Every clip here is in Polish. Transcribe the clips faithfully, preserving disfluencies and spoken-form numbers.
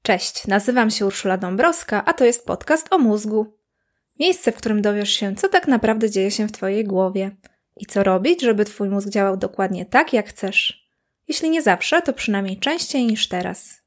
Cześć, nazywam się Urszula Dąbrowska, a to jest podcast o mózgu. Miejsce, w którym dowiesz się, co tak naprawdę dzieje się w Twojej głowie i co robić, żeby Twój mózg działał dokładnie tak, jak chcesz. Jeśli nie zawsze, to przynajmniej częściej niż teraz.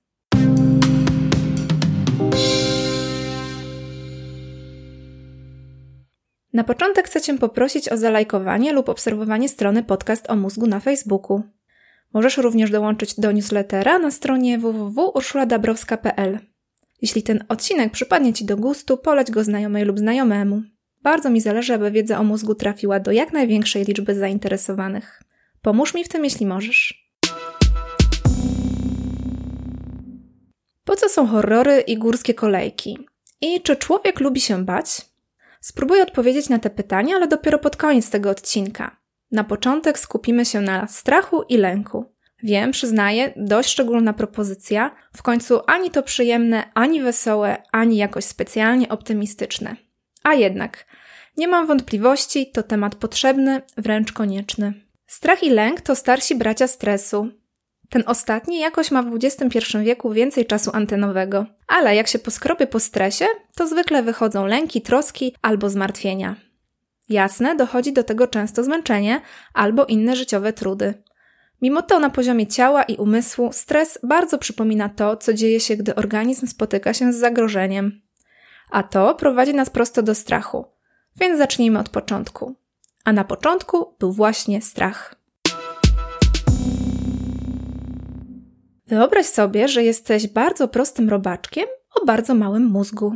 Na początek chcę Cię poprosić o zalajkowanie lub obserwowanie strony Podcast o mózgu na Facebooku. Możesz również dołączyć do newslettera na stronie w w w kropka urszula dabrowska kropka p l. Jeśli ten odcinek przypadnie Ci do gustu, poleć go znajomej lub znajomemu. Bardzo mi zależy, aby wiedza o mózgu trafiła do jak największej liczby zainteresowanych. Pomóż mi w tym, jeśli możesz. Po co są horrory i górskie kolejki? I czy człowiek lubi się bać? Spróbuję odpowiedzieć na te pytania, ale dopiero pod koniec tego odcinka. Na początek skupimy się na strachu i lęku. Wiem, przyznaję, dość szczególna propozycja. W końcu ani to przyjemne, ani wesołe, ani jakoś specjalnie optymistyczne. A jednak, nie mam wątpliwości, to temat potrzebny, wręcz konieczny. Strach i lęk to starsi bracia stresu. Ten ostatni jakoś ma w dwudziestym pierwszym wieku więcej czasu antenowego. Ale jak się poskropię po stresie, to zwykle wychodzą lęki, troski albo zmartwienia. Jasne, dochodzi do tego często zmęczenie albo inne życiowe trudy. Mimo to na poziomie ciała i umysłu stres bardzo przypomina to, co dzieje się, gdy organizm spotyka się z zagrożeniem. A to prowadzi nas prosto do strachu. Więc zacznijmy od początku. A na początku był właśnie strach. Wyobraź sobie, że jesteś bardzo prostym robaczkiem o bardzo małym mózgu.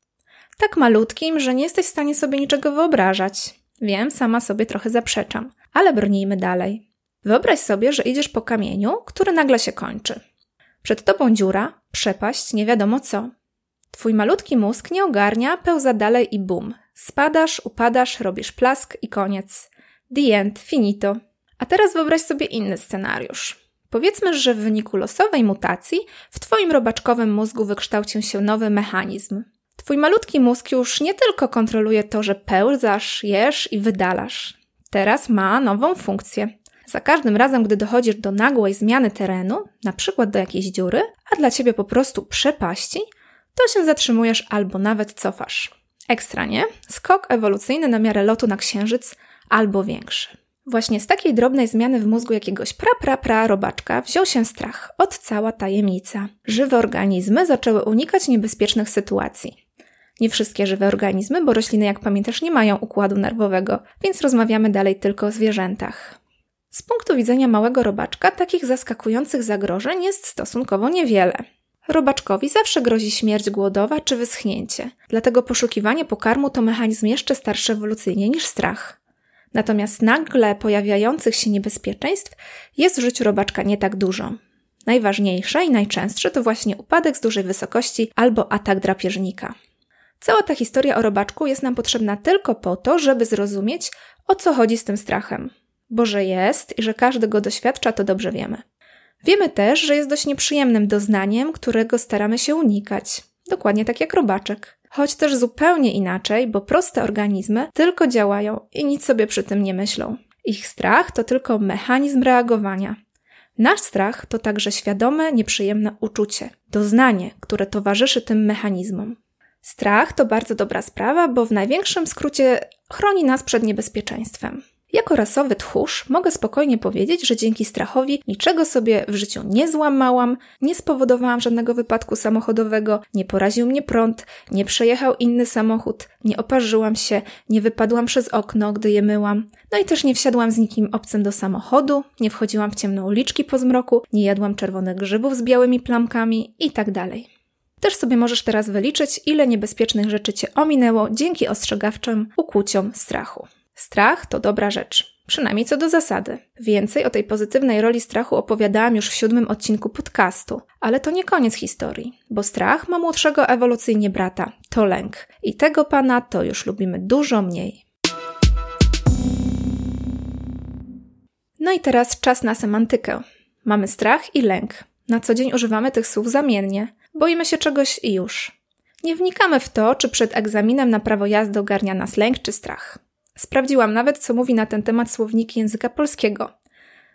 Tak malutkim, że nie jesteś w stanie sobie niczego wyobrażać. Wiem, sama sobie trochę zaprzeczam, ale brnijmy dalej. Wyobraź sobie, że idziesz po kamieniu, który nagle się kończy. Przed tobą dziura, przepaść, nie wiadomo co. Twój malutki mózg nie ogarnia, pełza dalej i bum. Spadasz, upadasz, robisz plask i koniec. The end, finito. A teraz wyobraź sobie inny scenariusz. Powiedzmy, że w wyniku losowej mutacji w twoim robaczkowym mózgu wykształcił się nowy mechanizm. Twój malutki mózg już nie tylko kontroluje to, że pełzasz, jesz i wydalasz. Teraz ma nową funkcję. Za każdym razem, gdy dochodzisz do nagłej zmiany terenu, na przykład do jakiejś dziury, a dla ciebie po prostu przepaści, to się zatrzymujesz albo nawet cofasz. Ekstra, nie? Skok ewolucyjny na miarę lotu na księżyc albo większy. Właśnie z takiej drobnej zmiany w mózgu jakiegoś pra-pra-pra robaczka wziął się strach. Od cała tajemnica. Żywe organizmy zaczęły unikać niebezpiecznych sytuacji. Nie wszystkie żywe organizmy, bo rośliny, jak pamiętasz, nie mają układu nerwowego, więc rozmawiamy dalej tylko o zwierzętach. Z punktu widzenia małego robaczka takich zaskakujących zagrożeń jest stosunkowo niewiele. Robaczkowi zawsze grozi śmierć głodowa czy wyschnięcie, dlatego poszukiwanie pokarmu to mechanizm jeszcze starszy ewolucyjnie niż strach. Natomiast nagle pojawiających się niebezpieczeństw jest w życiu robaczka nie tak dużo. Najważniejsze i najczęstsze to właśnie upadek z dużej wysokości albo atak drapieżnika. Cała ta historia o robaczku jest nam potrzebna tylko po to, żeby zrozumieć, o co chodzi z tym strachem. Bo że jest i że każdy go doświadcza, to dobrze wiemy. Wiemy też, że jest dość nieprzyjemnym doznaniem, którego staramy się unikać. Dokładnie tak jak robaczek. Choć też zupełnie inaczej, bo proste organizmy tylko działają i nic sobie przy tym nie myślą. Ich strach to tylko mechanizm reagowania. Nasz strach to także świadome, nieprzyjemne uczucie, doznanie, które towarzyszy tym mechanizmom. Strach to bardzo dobra sprawa, bo w największym skrócie chroni nas przed niebezpieczeństwem. Jako rasowy tchórz mogę spokojnie powiedzieć, że dzięki strachowi niczego sobie w życiu nie złamałam, nie spowodowałam żadnego wypadku samochodowego, nie poraził mnie prąd, nie przejechał inny samochód, nie oparzyłam się, nie wypadłam przez okno, gdy je myłam, no i też nie wsiadłam z nikim obcym do samochodu, nie wchodziłam w ciemne uliczki po zmroku, nie jadłam czerwonych grzybów z białymi plamkami i tak dalej. Też sobie możesz teraz wyliczyć, ile niebezpiecznych rzeczy Cię ominęło dzięki ostrzegawczym ukłuciom strachu. Strach to dobra rzecz, przynajmniej co do zasady. Więcej o tej pozytywnej roli strachu opowiadałam już w siódmym odcinku podcastu, ale to nie koniec historii, bo strach ma młodszego ewolucyjnie brata, to lęk. I tego pana to już lubimy dużo mniej. No i teraz czas na semantykę. Mamy strach i lęk. Na co dzień używamy tych słów zamiennie. Boimy się czegoś i już. Nie wnikamy w to, czy przed egzaminem na prawo jazdy ogarnia nas lęk czy strach. Sprawdziłam nawet, co mówi na ten temat słownik języka polskiego.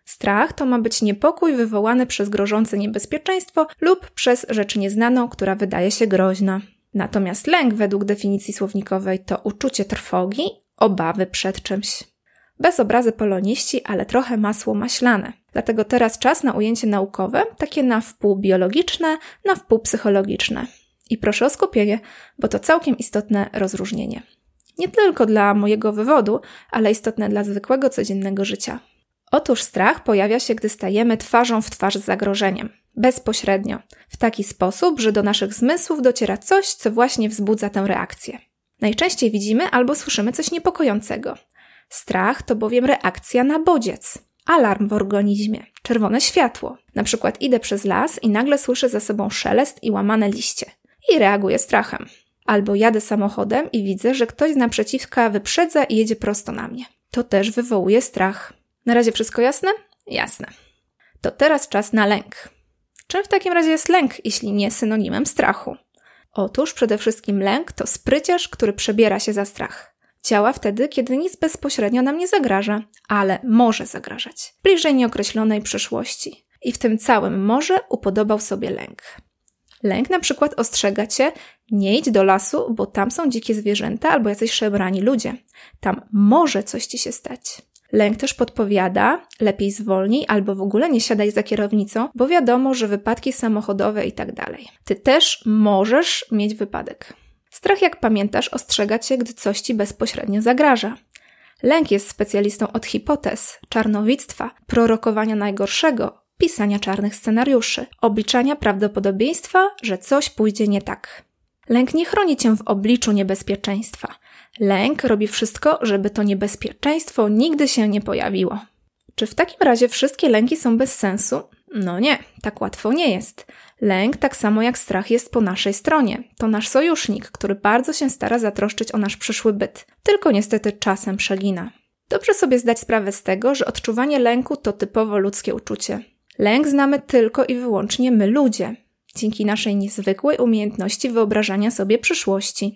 Strach to ma być niepokój wywołany przez grożące niebezpieczeństwo lub przez rzecz nieznaną, która wydaje się groźna. Natomiast lęk według definicji słownikowej to uczucie trwogi, obawy przed czymś. Bez obrazy poloniści, ale trochę masło maślane. Dlatego teraz czas na ujęcie naukowe, takie na wpół biologiczne, na wpół psychologiczne. I proszę o skupienie, bo to całkiem istotne rozróżnienie. Nie tylko dla mojego wywodu, ale istotne dla zwykłego, codziennego życia. Otóż strach pojawia się, gdy stajemy twarzą w twarz z zagrożeniem. Bezpośrednio. W taki sposób, że do naszych zmysłów dociera coś, co właśnie wzbudza tę reakcję. Najczęściej widzimy albo słyszymy coś niepokojącego. Strach to bowiem reakcja na bodziec. Alarm w organizmie. Czerwone światło. Na przykład idę przez las i nagle słyszę za sobą szelest i łamane liście. I reaguję strachem. Albo jadę samochodem i widzę, że ktoś z naprzeciwka wyprzedza i jedzie prosto na mnie. To też wywołuje strach. Na razie wszystko jasne? Jasne. To teraz czas na lęk. Czym w takim razie jest lęk, jeśli nie synonimem strachu? Otóż przede wszystkim lęk to spryciarz, który przebiera się za strach. Działa wtedy, kiedy nic bezpośrednio nam nie zagraża, ale może zagrażać. W bliżej nieokreślonej przyszłości. I w tym całym może upodobał sobie lęk. Lęk na przykład ostrzega cię, nie idź do lasu, bo tam są dzikie zwierzęta albo jacyś szemrani ludzie. Tam może coś ci się stać. Lęk też podpowiada, lepiej zwolnij albo w ogóle nie siadaj za kierownicą, bo wiadomo, że wypadki samochodowe i tak dalej. Ty też możesz mieć wypadek. Strach, jak pamiętasz, ostrzega cię, gdy coś ci bezpośrednio zagraża. Lęk jest specjalistą od hipotez, czarnowictwa, prorokowania najgorszego, pisania czarnych scenariuszy, obliczania prawdopodobieństwa, że coś pójdzie nie tak. Lęk nie chroni cię w obliczu niebezpieczeństwa. Lęk robi wszystko, żeby to niebezpieczeństwo nigdy się nie pojawiło. Czy w takim razie wszystkie lęki są bez sensu? No nie, tak łatwo nie jest. Lęk, tak samo jak strach, jest po naszej stronie. To nasz sojusznik, który bardzo się stara zatroszczyć o nasz przyszły byt. Tylko niestety czasem przegina. Dobrze sobie zdać sprawę z tego, że odczuwanie lęku to typowo ludzkie uczucie. Lęk znamy tylko i wyłącznie my ludzie, dzięki naszej niezwykłej umiejętności wyobrażania sobie przyszłości.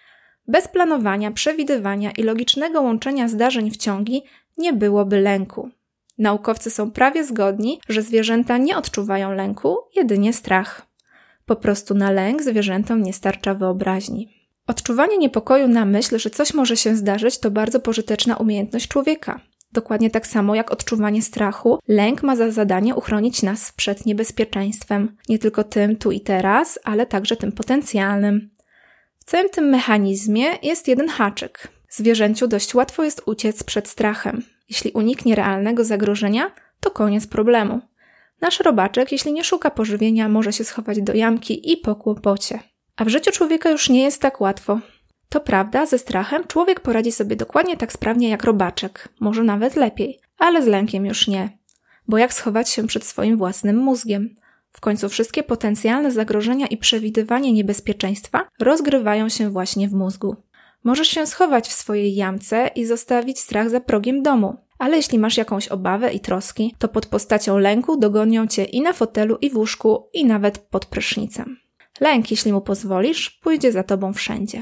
Bez planowania, przewidywania i logicznego łączenia zdarzeń w ciągi nie byłoby lęku. Naukowcy są prawie zgodni, że zwierzęta nie odczuwają lęku, jedynie strach. Po prostu na lęk zwierzętom nie starcza wyobraźni. Odczuwanie niepokoju na myśl, że coś może się zdarzyć, to bardzo pożyteczna umiejętność człowieka. Dokładnie tak samo jak odczuwanie strachu, lęk ma za zadanie uchronić nas przed niebezpieczeństwem. Nie tylko tym tu i teraz, ale także tym potencjalnym. W całym tym mechanizmie jest jeden haczyk. Zwierzęciu dość łatwo jest uciec przed strachem. Jeśli uniknie realnego zagrożenia, to koniec problemu. Nasz robaczek, jeśli nie szuka pożywienia, może się schować do jamki i po kłopocie. A w życiu człowieka już nie jest tak łatwo. To prawda, ze strachem człowiek poradzi sobie dokładnie tak sprawnie jak robaczek, może nawet lepiej, ale z lękiem już nie. Bo jak schować się przed swoim własnym mózgiem? W końcu wszystkie potencjalne zagrożenia i przewidywanie niebezpieczeństwa rozgrywają się właśnie w mózgu. Możesz się schować w swojej jamce i zostawić strach za progiem domu, ale jeśli masz jakąś obawę i troski, to pod postacią lęku dogonią cię i na fotelu, i w łóżku, i nawet pod prysznicem. Lęk, jeśli mu pozwolisz, pójdzie za tobą wszędzie.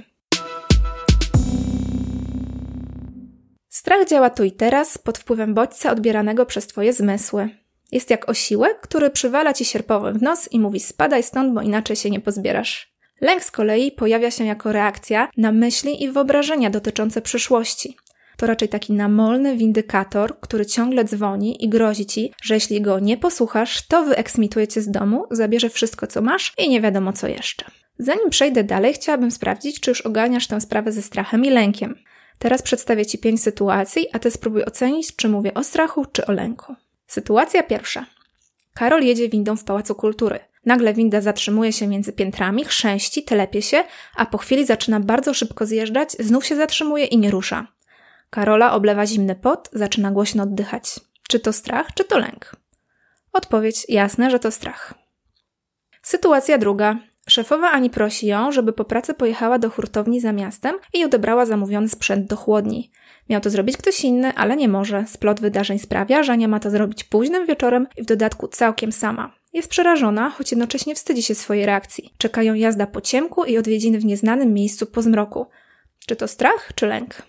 Strach działa tu i teraz pod wpływem bodźca odbieranego przez twoje zmysły. Jest jak osiłek, który przywala ci sierpowym w nos i mówi spadaj stąd, bo inaczej się nie pozbierasz. Lęk z kolei pojawia się jako reakcja na myśli i wyobrażenia dotyczące przyszłości. To raczej taki namolny windykator, który ciągle dzwoni i grozi ci, że jeśli go nie posłuchasz, to wyeksmituje cię z domu, zabierze wszystko co masz i nie wiadomo co jeszcze. Zanim przejdę dalej, chciałabym sprawdzić, czy już ogarniasz tę sprawę ze strachem i lękiem. Teraz przedstawię ci pięć sytuacji, a ty spróbuj ocenić, czy mówię o strachu, czy o lęku. Sytuacja pierwsza. Karol jedzie windą w Pałacu Kultury. Nagle winda zatrzymuje się między piętrami, chrzęści, telepie się, a po chwili zaczyna bardzo szybko zjeżdżać, znów się zatrzymuje i nie rusza. Karola oblewa zimny pot, zaczyna głośno oddychać. Czy to strach, czy to lęk? Odpowiedź jasne, że to strach. Sytuacja druga. Szefowa Ani prosi ją, żeby po pracy pojechała do hurtowni za miastem i odebrała zamówiony sprzęt do chłodni. Miał to zrobić ktoś inny, ale nie może. Splot wydarzeń sprawia, że Ania ma to zrobić późnym wieczorem i w dodatku całkiem sama. Jest przerażona, choć jednocześnie wstydzi się swojej reakcji. Czeka ją jazda po ciemku i odwiedziny w nieznanym miejscu po zmroku. Czy to strach, czy lęk? W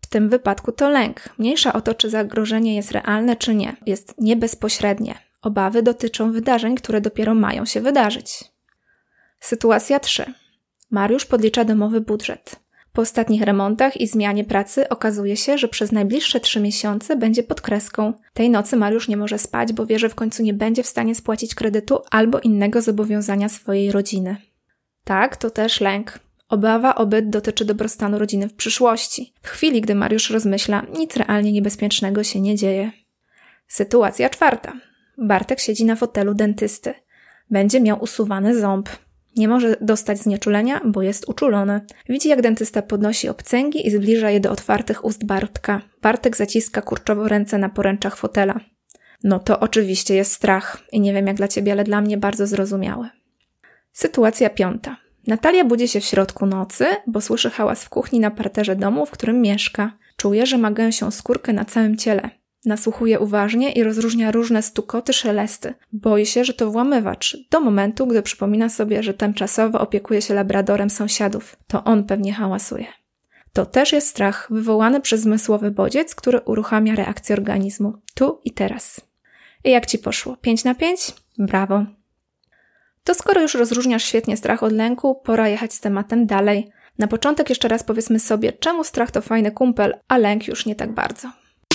tym wypadku to lęk. Mniejsza o to, czy zagrożenie jest realne, czy nie. Jest niebezpośrednie. Obawy dotyczą wydarzeń, które dopiero mają się wydarzyć. Sytuacja trzy. Mariusz podlicza domowy budżet. Po ostatnich remontach i zmianie pracy okazuje się, że przez najbliższe trzy miesiące będzie pod kreską. Tej nocy Mariusz nie może spać, bo wie, że w końcu nie będzie w stanie spłacić kredytu albo innego zobowiązania swojej rodziny. Tak, to też lęk. Obawa o byt dotyczy dobrostanu rodziny w przyszłości. W chwili, gdy Mariusz rozmyśla, nic realnie niebezpiecznego się nie dzieje. Sytuacja czwarta. Bartek siedzi na fotelu dentysty. Będzie miał usuwany ząb. Nie może dostać znieczulenia, bo jest uczulony. Widzi, jak dentysta podnosi obcęgi i zbliża je do otwartych ust Bartka. Bartek zaciska kurczowo ręce na poręczach fotela. No to oczywiście jest strach. I nie wiem jak dla ciebie, ale dla mnie bardzo zrozumiały. Sytuacja piąta. Natalia budzi się w środku nocy, bo słyszy hałas w kuchni na parterze domu, w którym mieszka. Czuje, że ma gęsią skórkę na całym ciele. Nasłuchuje uważnie i rozróżnia różne stukoty, szelesty. Boi się, że to włamywacz, do momentu, gdy przypomina sobie, że tymczasowo opiekuje się labradorem sąsiadów. To on pewnie hałasuje. To też jest strach wywołany przez zmysłowy bodziec, który uruchamia reakcję organizmu. Tu i teraz. I jak ci poszło? Pięć na pięć? Brawo! To skoro już rozróżniasz świetnie strach od lęku, pora jechać z tematem dalej. Na początek jeszcze raz powiedzmy sobie, czemu strach to fajny kumpel, a lęk już nie tak bardzo.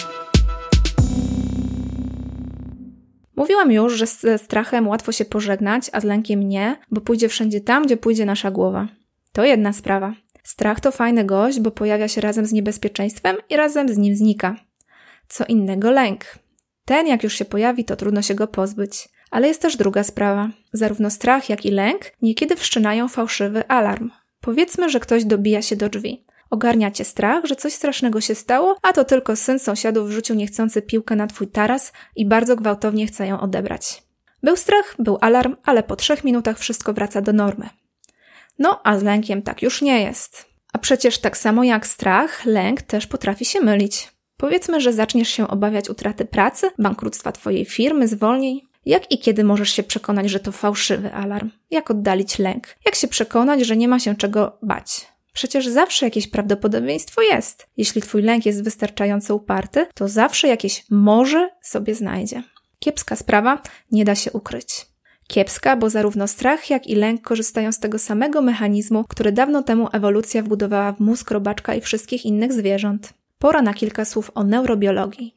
Mówiłam już, że ze strachem łatwo się pożegnać, a z lękiem nie, bo pójdzie wszędzie tam, gdzie pójdzie nasza głowa. To jedna sprawa. Strach to fajny gość, bo pojawia się razem z niebezpieczeństwem i razem z nim znika. Co innego lęk. Ten jak już się pojawi, to trudno się go pozbyć. Ale jest też druga sprawa. Zarówno strach, jak i lęk niekiedy wszczynają fałszywy alarm. Powiedzmy, że ktoś dobija się do drzwi. Ogarnia cię strach, że coś strasznego się stało, a to tylko syn sąsiadów wrzucił niechcący piłkę na twój taras i bardzo gwałtownie chce ją odebrać. Był strach, był alarm, ale po trzech minutach wszystko wraca do normy. No, a z lękiem tak już nie jest. A przecież tak samo jak strach, lęk też potrafi się mylić. Powiedzmy, że zaczniesz się obawiać utraty pracy, bankructwa twojej firmy, zwolnień. Jak i kiedy możesz się przekonać, że to fałszywy alarm? Jak oddalić lęk? Jak się przekonać, że nie ma się czego bać? Przecież zawsze jakieś prawdopodobieństwo jest. Jeśli twój lęk jest wystarczająco uparty, to zawsze jakieś może sobie znajdzie. Kiepska sprawa, nie da się ukryć. Kiepska, bo zarówno strach, jak i lęk korzystają z tego samego mechanizmu, który dawno temu ewolucja wbudowała w mózg robaczka i wszystkich innych zwierząt. Pora na kilka słów o neurobiologii.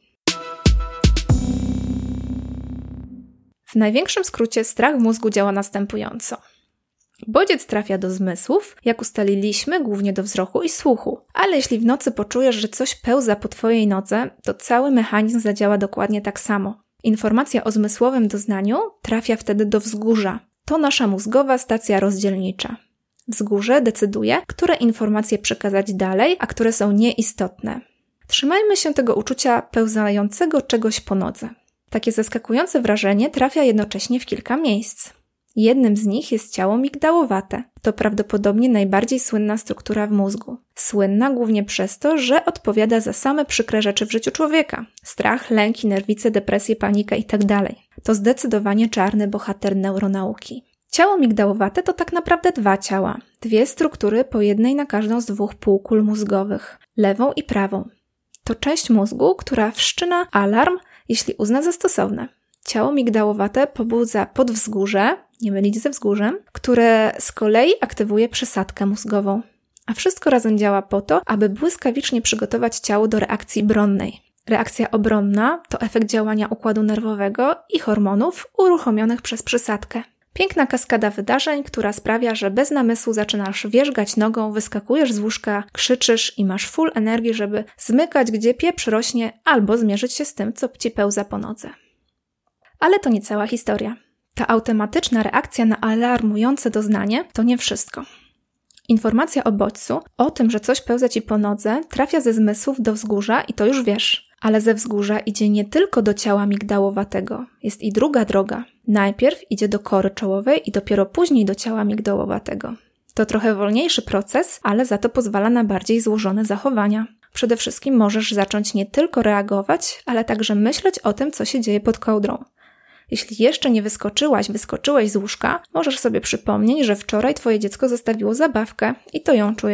W największym skrócie strach w mózgu działa następująco. Bodziec trafia do zmysłów, jak ustaliliśmy, głównie do wzroku i słuchu. Ale jeśli w nocy poczujesz, że coś pełza po twojej nodze, to cały mechanizm zadziała dokładnie tak samo. Informacja o zmysłowym doznaniu trafia wtedy do wzgórza. To nasza mózgowa stacja rozdzielnicza. Wzgórze decyduje, które informacje przekazać dalej, a które są nieistotne. Trzymajmy się tego uczucia pełzającego czegoś po nodze. Takie zaskakujące wrażenie trafia jednocześnie w kilka miejsc. Jednym z nich jest ciało migdałowate. To prawdopodobnie najbardziej słynna struktura w mózgu. Słynna głównie przez to, że odpowiada za same przykre rzeczy w życiu człowieka. Strach, lęki, nerwice, depresję, panikę itd. To zdecydowanie czarny bohater neuronauki. Ciało migdałowate to tak naprawdę dwa ciała. Dwie struktury po jednej na każdą z dwóch półkul mózgowych. Lewą i prawą. To część mózgu, która wszczyna alarm, jeśli uzna za stosowne. Ciało migdałowate pobudza podwzgórze, nie mylić ze wzgórzem, które z kolei aktywuje przysadkę mózgową. A wszystko razem działa po to, aby błyskawicznie przygotować ciało do reakcji bronnej. Reakcja obronna to efekt działania układu nerwowego i hormonów uruchomionych przez przysadkę. Piękna kaskada wydarzeń, która sprawia, że bez namysłu zaczynasz wierzgać nogą, wyskakujesz z łóżka, krzyczysz i masz full energii, żeby zmykać, gdzie pieprz rośnie, albo zmierzyć się z tym, co ci pełza po nodze. Ale to nie cała historia. Ta automatyczna reakcja na alarmujące doznanie to nie wszystko. Informacja o bodźcu, o tym, że coś pełza ci po nodze, trafia ze zmysłów do wzgórza i to już wiesz. Ale ze wzgórza idzie nie tylko do ciała migdałowatego. Jest i druga droga. Najpierw idzie do kory czołowej i dopiero później do ciała migdałowatego. To trochę wolniejszy proces, ale za to pozwala na bardziej złożone zachowania. Przede wszystkim możesz zacząć nie tylko reagować, ale także myśleć o tym, co się dzieje pod kołdrą. Jeśli jeszcze nie wyskoczyłaś, wyskoczyłeś z łóżka, możesz sobie przypomnieć, że wczoraj twoje dziecko zostawiło zabawkę i to ją czujesz.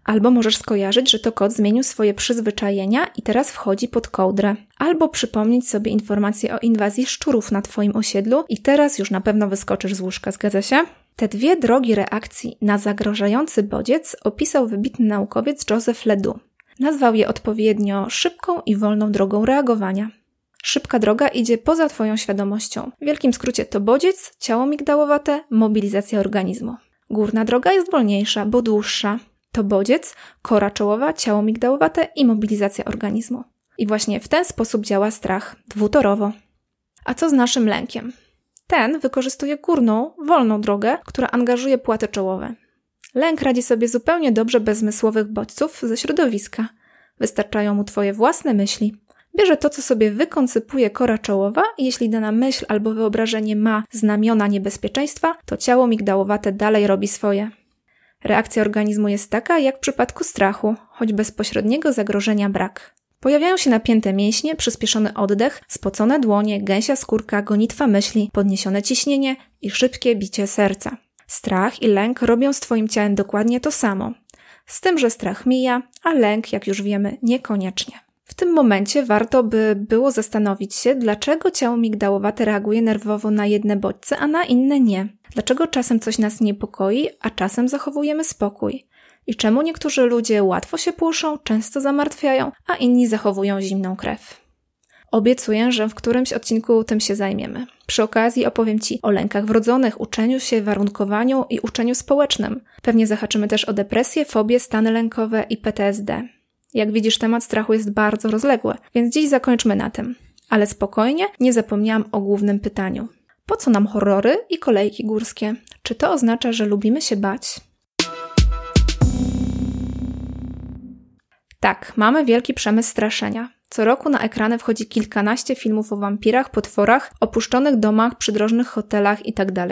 Albo możesz skojarzyć, że to kot zmienił swoje przyzwyczajenia i teraz wchodzi pod kołdrę. Albo przypomnieć sobie informację o inwazji szczurów na twoim osiedlu i teraz już na pewno wyskoczysz z łóżka, zgadza się? Te dwie drogi reakcji na zagrażający bodziec opisał wybitny naukowiec Joseph Ledoux. Nazwał je odpowiednio szybką i wolną drogą reagowania. Szybka droga idzie poza twoją świadomością. W wielkim skrócie to bodziec, ciało migdałowate, mobilizacja organizmu. Górna droga jest wolniejsza, bo dłuższa. To bodziec, kora czołowa, ciało migdałowate i mobilizacja organizmu. I właśnie w ten sposób działa strach, dwutorowo. A co z naszym lękiem? Ten wykorzystuje górną, wolną drogę, która angażuje płaty czołowe. Lęk radzi sobie zupełnie dobrze bez zmysłowych bodźców ze środowiska. Wystarczają mu twoje własne myśli. Bierze to, co sobie wykoncypuje kora czołowa i jeśli dana myśl albo wyobrażenie ma znamiona niebezpieczeństwa, to ciało migdałowate dalej robi swoje. Reakcja organizmu jest taka, jak w przypadku strachu, choć bezpośredniego zagrożenia brak. Pojawiają się napięte mięśnie, przyspieszony oddech, spocone dłonie, gęsia skórka, gonitwa myśli, podniesione ciśnienie i szybkie bicie serca. Strach i lęk robią z twoim ciałem dokładnie to samo. Z tym, że strach mija, a lęk, jak już wiemy, niekoniecznie. W tym momencie warto by było zastanowić się, dlaczego ciało migdałowate reaguje nerwowo na jedne bodźce, a na inne nie. Dlaczego czasem coś nas niepokoi, a czasem zachowujemy spokój. I czemu niektórzy ludzie łatwo się płuszą, często zamartwiają, a inni zachowują zimną krew. Obiecuję, że w którymś odcinku tym się zajmiemy. Przy okazji opowiem Ci o lękach wrodzonych, uczeniu się, warunkowaniu i uczeniu społecznym. Pewnie zahaczymy też o depresję, fobię, stany lękowe i P T S D. Jak widzisz, temat strachu jest bardzo rozległy, więc dziś zakończmy na tym. Ale spokojnie, nie zapomniałam o głównym pytaniu. Po co nam horrory i kolejki górskie? Czy to oznacza, że lubimy się bać? Tak, mamy wielki przemysł straszenia. Co roku na ekrany wchodzi kilkanaście filmów o wampirach, potworach, opuszczonych domach, przydrożnych hotelach itd.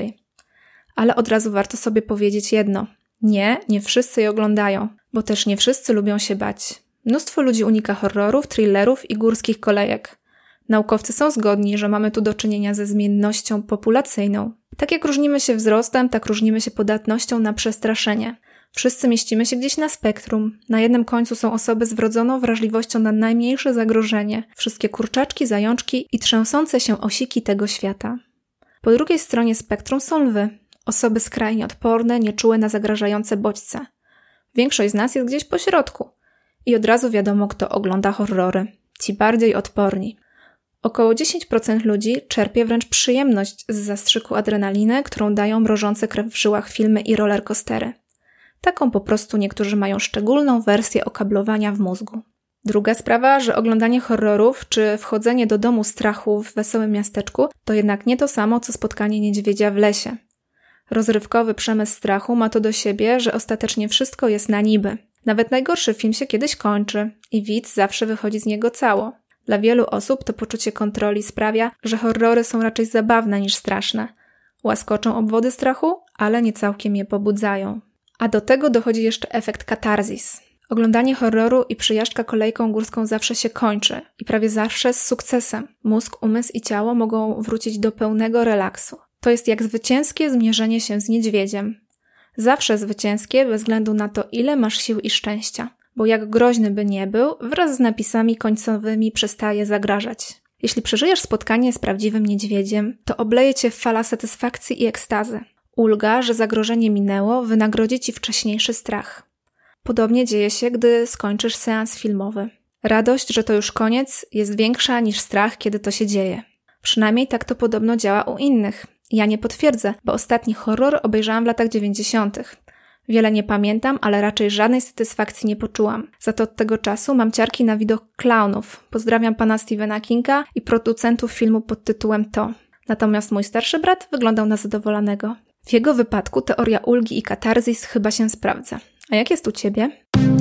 Ale od razu warto sobie powiedzieć jedno. Nie, nie wszyscy je oglądają, bo też nie wszyscy lubią się bać. Mnóstwo ludzi unika horrorów, thrillerów i górskich kolejek. Naukowcy są zgodni, że mamy tu do czynienia ze zmiennością populacyjną. Tak jak różnimy się wzrostem, tak różnimy się podatnością na przestraszenie. Wszyscy mieścimy się gdzieś na spektrum. Na jednym końcu są osoby z wrodzoną wrażliwością na najmniejsze zagrożenie. Wszystkie kurczaczki, zajączki i trzęsące się osiki tego świata. Po drugiej stronie spektrum są lwy. Osoby skrajnie odporne, nieczułe na zagrażające bodźce. Większość z nas jest gdzieś po środku. I od razu wiadomo, kto ogląda horrory. Ci bardziej odporni. Około dziesięć procent ludzi czerpie wręcz przyjemność z zastrzyku adrenaliny, którą dają mrożące krew w żyłach filmy i rollercoastery. Taką po prostu niektórzy mają szczególną wersję okablowania w mózgu. Druga sprawa, że oglądanie horrorów czy wchodzenie do domu strachu w wesołym miasteczku to jednak nie to samo, co spotkanie niedźwiedzia w lesie. Rozrywkowy przemysł strachu ma to do siebie, że ostatecznie wszystko jest na niby. Nawet najgorszy film się kiedyś kończy i widz zawsze wychodzi z niego cało. Dla wielu osób to poczucie kontroli sprawia, że horrory są raczej zabawne niż straszne. Łaskoczą obwody strachu, ale nie całkiem je pobudzają. A do tego dochodzi jeszcze efekt katarzis. Oglądanie horroru i przyjażdżka kolejką górską zawsze się kończy i prawie zawsze z sukcesem. Mózg, umysł i ciało mogą wrócić do pełnego relaksu. To jest jak zwycięskie zmierzenie się z niedźwiedziem. Zawsze zwycięskie bez względu na to, ile masz sił i szczęścia. Bo jak groźny by nie był, wraz z napisami końcowymi przestaje zagrażać. Jeśli przeżyjesz spotkanie z prawdziwym niedźwiedziem, to obleje cię fala satysfakcji i ekstazy. Ulga, że zagrożenie minęło, wynagrodzi ci wcześniejszy strach. Podobnie dzieje się, gdy skończysz seans filmowy. Radość, że to już koniec, jest większa niż strach, kiedy to się dzieje. Przynajmniej tak to podobno działa u innych. Ja nie potwierdzę, bo ostatni horror obejrzałam w latach dziewięćdziesiątych. Wiele nie pamiętam, ale raczej żadnej satysfakcji nie poczułam. Za to od tego czasu mam ciarki na widok klaunów. Pozdrawiam pana Stephena Kinga i producentów filmu pod tytułem To. Natomiast mój starszy brat wyglądał na zadowolonego. W jego wypadku teoria ulgi i katarzis chyba się sprawdza. A jak jest u ciebie?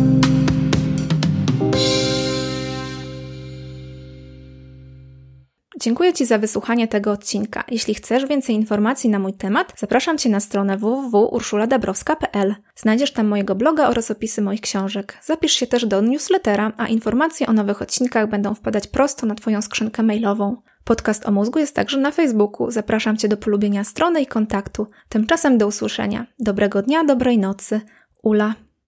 Dziękuję Ci za wysłuchanie tego odcinka. Jeśli chcesz więcej informacji na mój temat, zapraszam Cię na stronę w w w kropka urszula dabrowska kropka p l. Znajdziesz tam mojego bloga oraz opisy moich książek. Zapisz się też do newslettera, a informacje o nowych odcinkach będą wpadać prosto na Twoją skrzynkę mailową. Podcast o mózgu jest także na Facebooku. Zapraszam Cię do polubienia strony i kontaktu. Tymczasem do usłyszenia. Dobrego dnia, dobrej nocy. Ula.